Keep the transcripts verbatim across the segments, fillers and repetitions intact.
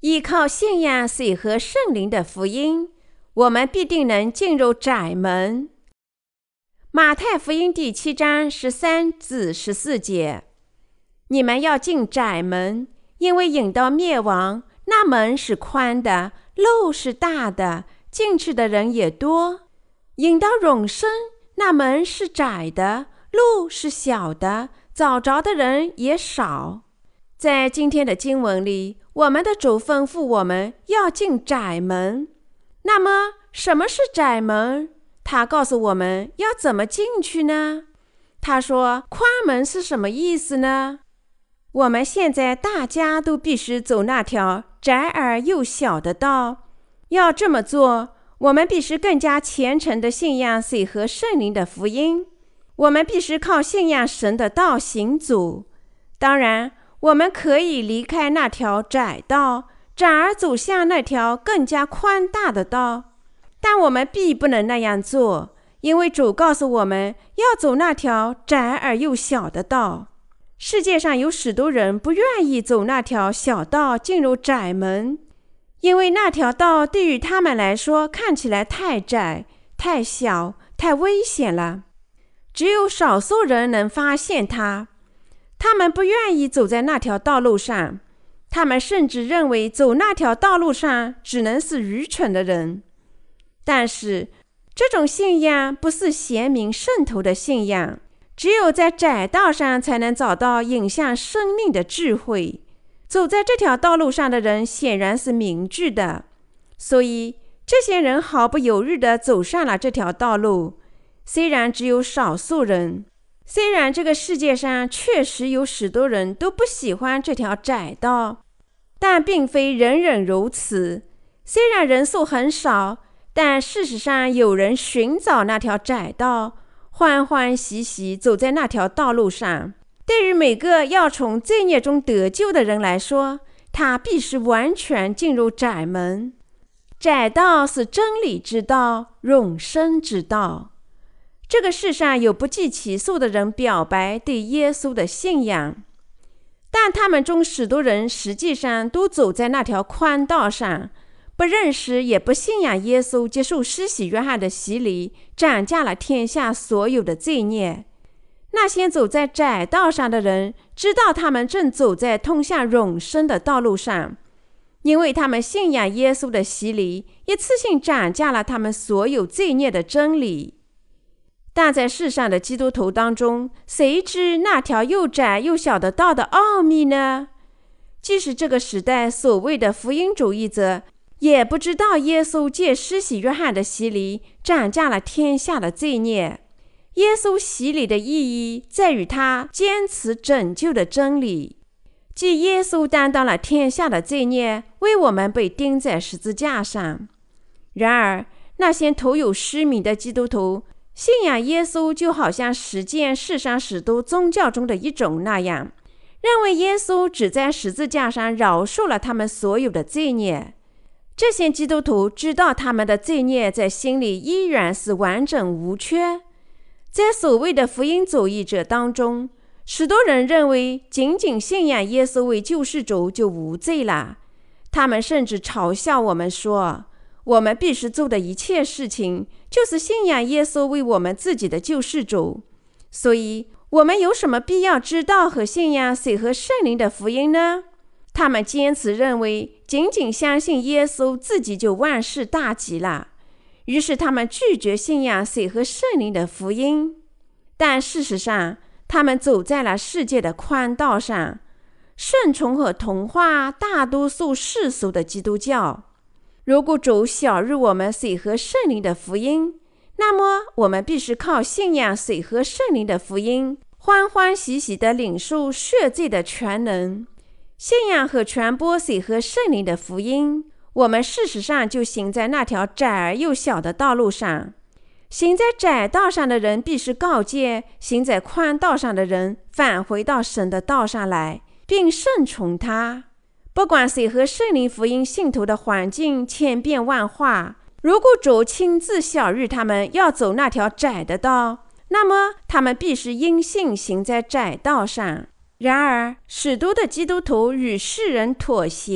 依靠信仰水和圣灵的福音，我们必定能进入窄门。马太福音第七章十三至十四节：你们要进窄门，因为引到灭亡，那门是宽的，路是大的，进去的人也多；引到永生，那门是窄的，路是小的，找着的人也少。在今天的经文里，我们的主吩咐我们要进窄门。那么什么是窄门？他告诉我们要怎么进去呢？他说宽门是什么意思呢？我们现在大家都必须走那条窄而又小的道。要这么做，我们必须更加虔诚地信仰水和圣灵的福音。我们必须靠信仰神的道行走。当然，我们可以离开那条窄道，转而走向那条更加宽大的道。但我们必不能那样做，因为主告诉我们要走那条窄而又小的道。世界上有许多人不愿意走那条小道进入窄门，因为那条道对于他们来说看起来太窄、太小、太危险了。只有少数人能发现它。他们不愿意走在那条道路上，他们甚至认为走那条道路上只能是愚蠢的人。但是这种信仰不是贤明圣徒的信仰，只有在窄道上才能找到引向生命的智慧。走在这条道路上的人显然是明智的，所以这些人毫不犹豫地走上了这条道路。虽然只有少数人，虽然这个世界上确实有许多人都不喜欢这条窄道，但并非人人如此。虽然人数很少，但事实上有人寻找那条窄道，欢欢喜喜走在那条道路上。对于每个要从罪孽中得救的人来说，他必须完全进入窄门。窄道是真理之道，永生之道。这个世上有不计其数的人表白对耶稣的信仰，但他们中许多人实际上都走在那条宽道上，不认识也不信仰耶稣接受施洗约翰的洗礼，斩下了天下所有的罪孽。那些走在窄道上的人知道他们正走在通向永生的道路上，因为他们信仰耶稣的洗礼一次性斩下了他们所有罪孽的真理。但在世上的基督徒当中，谁知那条又窄又小的道的奥秘呢？即使这个时代所谓的福音主义者，也不知道耶稣借施洗约翰的洗礼斩下了天下的罪孽。耶稣洗礼的意义在于他坚持拯救的真理，即耶稣担当了天下的罪孽，为我们被钉在十字架上。然而，那些徒有虚名的基督徒信仰耶稣，就好像实践世上许多宗教中的一种那样，认为耶稣只在十字架上饶恕了他们所有的罪孽。这些基督徒知道他们的罪孽在心里依然是完整无缺。在所谓的福音主义者当中，许多人认为仅仅信仰耶稣为救世主就无罪了。他们甚至嘲笑我们说，我们必须做的一切事情就是信仰耶稣为我们自己的救世主。所以我们有什么必要知道和信仰水和圣灵的福音呢？他们坚持认为仅仅相信耶稣自己就万事大吉了，于是他们拒绝信仰水和圣灵的福音。但事实上，他们走在了世界的宽道上，顺从和同化大多数世俗的基督教。如果主晓谕我们水和圣灵的福音，那么我们必须靠信仰水和圣灵的福音，欢欢喜喜地领受赦罪的全能。信仰和传播水和圣灵的福音，我们事实上就行在那条窄而又小的道路上。行在窄道上的人必须告诫行在宽道上的人返回到神的道上来，并顺从他。不管水和圣灵福音信徒的环境千变万化，如果主亲自晓谕他们要走那条窄的道，那么他们必须因信行在窄道上。然而，许多的基督徒与世人妥协，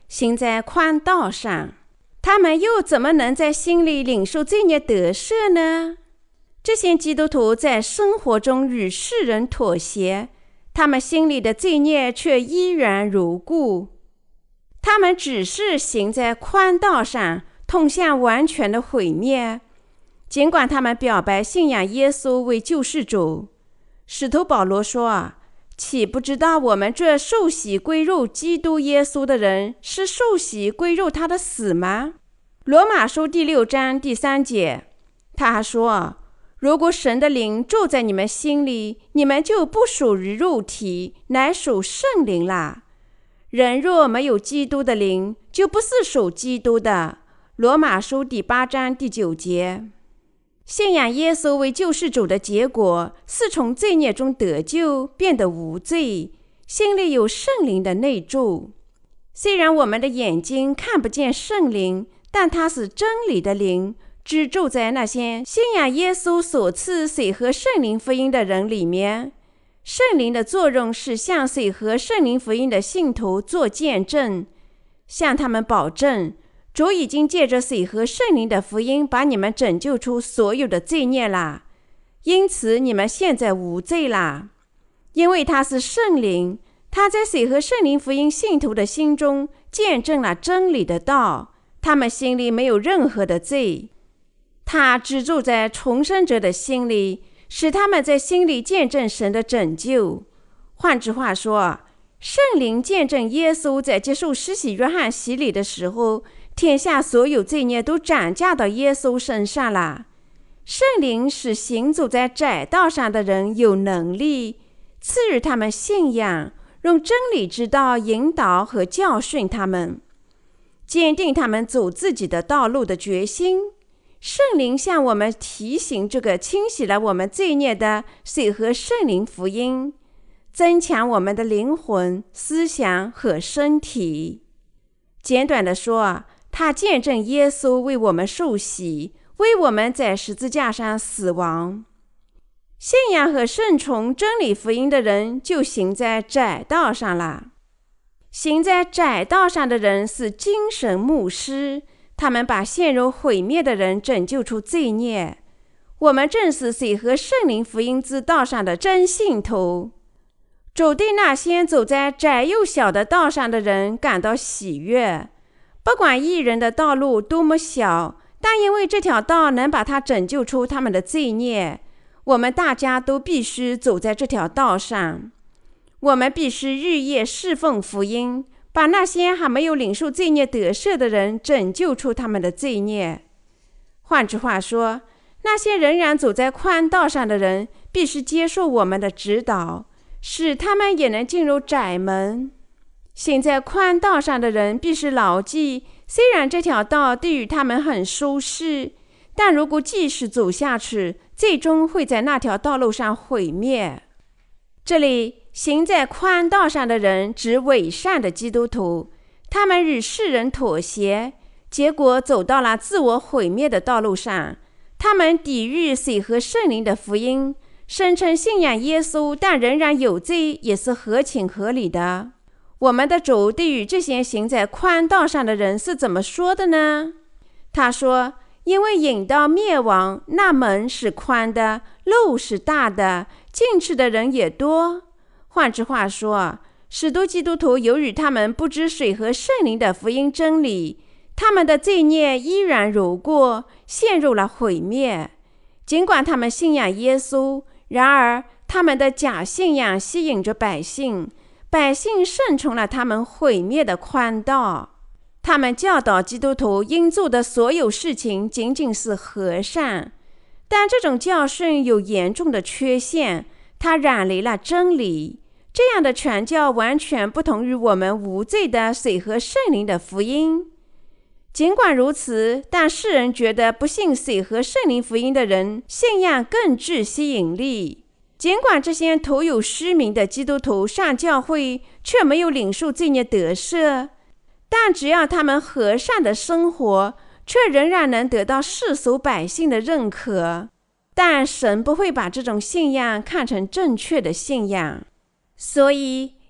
行在宽道上，他们又怎么能在心里领受罪孽得赦呢？这些基督徒在生活中与世人妥协，他们心里的罪孽却依然如故。他们只是行在宽道上，通向完全的毁灭。尽管他们表白信仰耶稣为救世主，使徒保罗说，岂不知道我们这受洗归入基督耶稣的人，是受洗归入他的死吗？罗马书第六章第三节，他还说，如果神的灵住在你们心里，你们就不属于肉体，乃属圣灵啦。人若没有基督的灵，就不是属基督的。罗马书第八章第九节。信仰耶稣为救世主的结果，是从罪孽中得救，变得无罪，心里有圣灵的内住。虽然我们的眼睛看不见圣灵，但它是真理的灵，只住在那些信仰耶稣所赐水和圣灵福音的人里面。圣灵的作用是向水和圣灵福音的信徒做见证，向他们保证，主已经借着水和圣灵的福音把你们拯救出所有的罪孽啦，因此你们现在无罪啦。因为他是圣灵，他在水和圣灵福音信徒的心中见证了真理的道，他们心里没有任何的罪。他只住在重生者的心里，使他们在心里见证神的拯救。换句话说，圣灵见证耶稣在接受施洗约翰洗礼的时候，天下所有罪孽都转嫁到耶稣身上了。圣灵使行走在窄道上的人有能力，赐予他们信仰，用真理之道引导和教训他们，坚定他们走自己的道路的决心。圣灵向我们提醒这个清洗了我们罪孽的水和圣灵福音，增强我们的灵魂、思想和身体。简短的说，他见证耶稣为我们受洗，为我们在十字架上死亡。信仰和顺从真理福音的人就行在窄道上了。行在窄道上的人是精神牧师，他们把陷入毁灭的人拯救出罪孽。我们正是水和圣灵福音之道上的真信徒。主对那些走在窄又小的道上的人感到喜悦。不管义人的道路多么小，但因为这条道能把他拯救出他们的罪孽，我们大家都必须走在这条道上。我们必须日夜侍奉福音，把那些还没有领受罪孽得赦的人拯救出他们的罪孽。换句话说，那些仍然走在宽道上的人必须接受我们的指导，使他们也能进入窄门。行在宽道上的人必须牢记，虽然这条道对于他们很舒适，但如果继续走下去，最终会在那条道路上毁灭。这里行在宽道上的人指伪善的基督徒，他们与世人妥协，结果走到了自我毁灭的道路上。他们抵御水和圣灵的福音，声称信仰耶稣，但仍然有罪，也是合情合理的。我们的主对于这些行在宽道上的人是怎么说的呢？他说，因为引到灭亡，那门是宽的，路是大的，进去的人也多。换句话说，许多基督徒由于他们不知水和圣灵的福音真理，他们的罪孽依然如过，陷入了毁灭。尽管他们信仰耶稣，然而他们的假信仰吸引着百姓，百姓顺从了他们毁灭的宽道。他们教导基督徒应做的所有事情仅仅是和善，但这种教训有严重的缺陷，它远离了真理。这样的传教完全不同于我们无罪的水和圣灵的福音。尽管如此，但世人觉得不信水和圣灵福音的人信仰更具吸引力。尽管这些徒有虚名的基督徒上教会，却没有领受罪孽得赦，但只要他们和善的生活，却仍然能得到世俗百姓的认可。但神不会把这种信仰看成正确的信仰。所以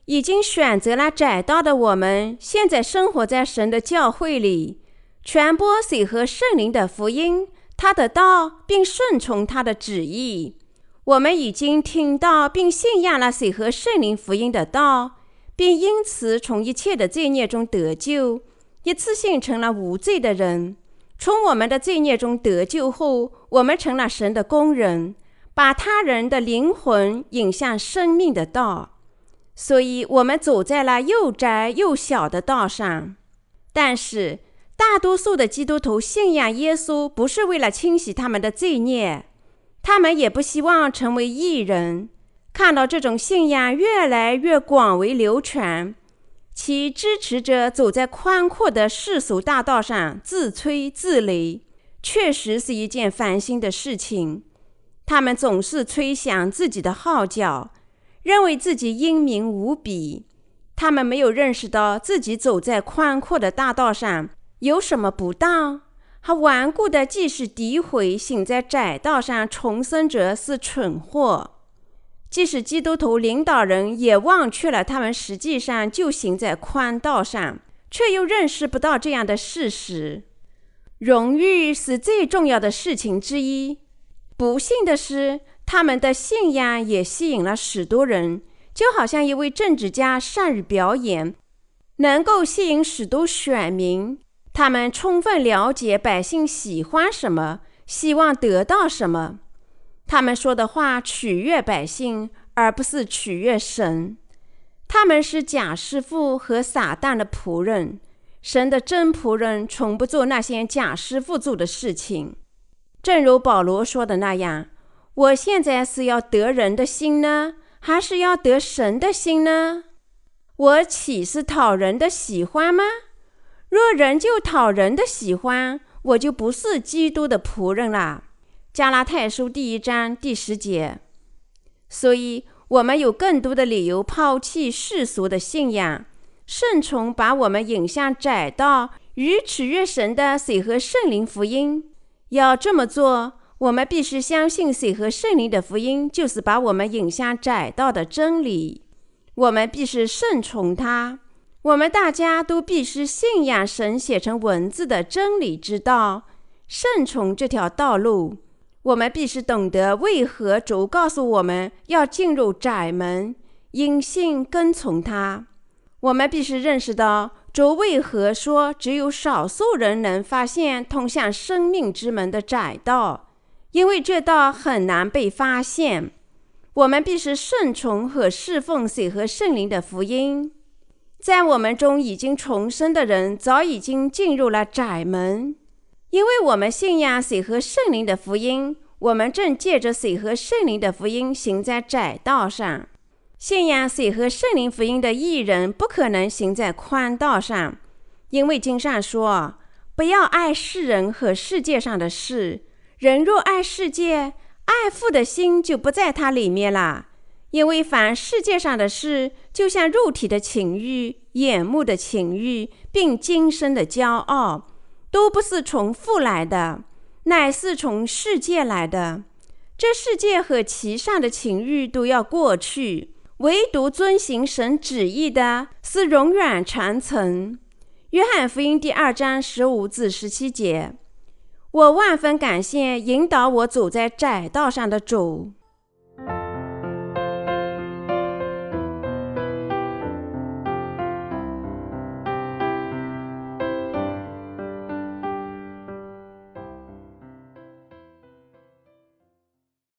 已经选择了窄道的我们，现在生活在神的教会里，传播水和圣灵的福音，他的道，并顺从他的旨意。我们已经听到并信仰了水和圣灵福音的道，并因此从一切的罪孽中得救，一次性成了无罪的人。从我们的罪孽中得救后，我们成了神的工人，把他人的灵魂引向生命的道。所以我们走在了又窄又小的道上。但是大多数的基督徒信仰耶稣，不是为了清洗他们的罪孽，他们也不希望成为义人。看到这种信仰越来越广为流传，其支持者走在宽阔的世俗大道上自吹自擂，确实是一件烦心的事情。他们总是吹响自己的号角，认为自己英明无比。他们没有认识到自己走在宽阔的大道上有什么不当，还顽固地继续诋毁行在窄道上重生者是蠢货。即使基督徒领导人也忘却了他们实际上就行在宽道上，却又认识不到这样的事实。荣誉是最重要的事情之一。不幸的是，他们的信仰也吸引了许多人，就好像一位政治家善于表演，能够吸引许多选民。他们充分了解百姓喜欢什么，希望得到什么。他们说的话取悦百姓，而不是取悦神。他们是假师傅和撒旦的仆人，神的真仆人从不做那些假师傅做的事情。正如保罗说的那样，我现在是要得人的心呢，还是要得神的心呢？我岂是讨人的喜欢吗？若人就讨人的喜欢，我就不是基督的仆人了。加拉太书第一章第十节。所以我们有更多的理由抛弃世俗的信仰，顺从把我们引向窄道与取悦神的水和圣灵福音。要这么做，我们必须相信水和圣灵的福音就是把我们引向窄道的真理，我们必须顺从它。我们大家都必须信仰神写成文字的真理之道，顺从这条道路。我们必须懂得为何主告诉我们要进入窄门，因信跟从他。我们必须认识到主为何说只有少数人能发现通向生命之门的窄道，因为这道很难被发现。我们必须顺从和侍奉水和圣灵的福音。在我们中已经重生的人早已经进入了窄门，因为我们信仰水和圣灵的福音，我们正借着水和圣灵的福音行在窄道上。信仰水和圣灵福音的义人不可能行在宽道上，因为经上说，不要爱世人和世界上的事，人若爱世界，爱父的心就不在他里面了。因为凡世界上的事，就像肉体的情欲、眼目的情欲，并今生的骄傲，都不是从父来的，乃是从世界来的。这世界和其上的情欲都要过去，唯独遵行神旨意的是永远长存。约翰福音第二章十五至十七节。我万分感谢引导我走在窄道上的主。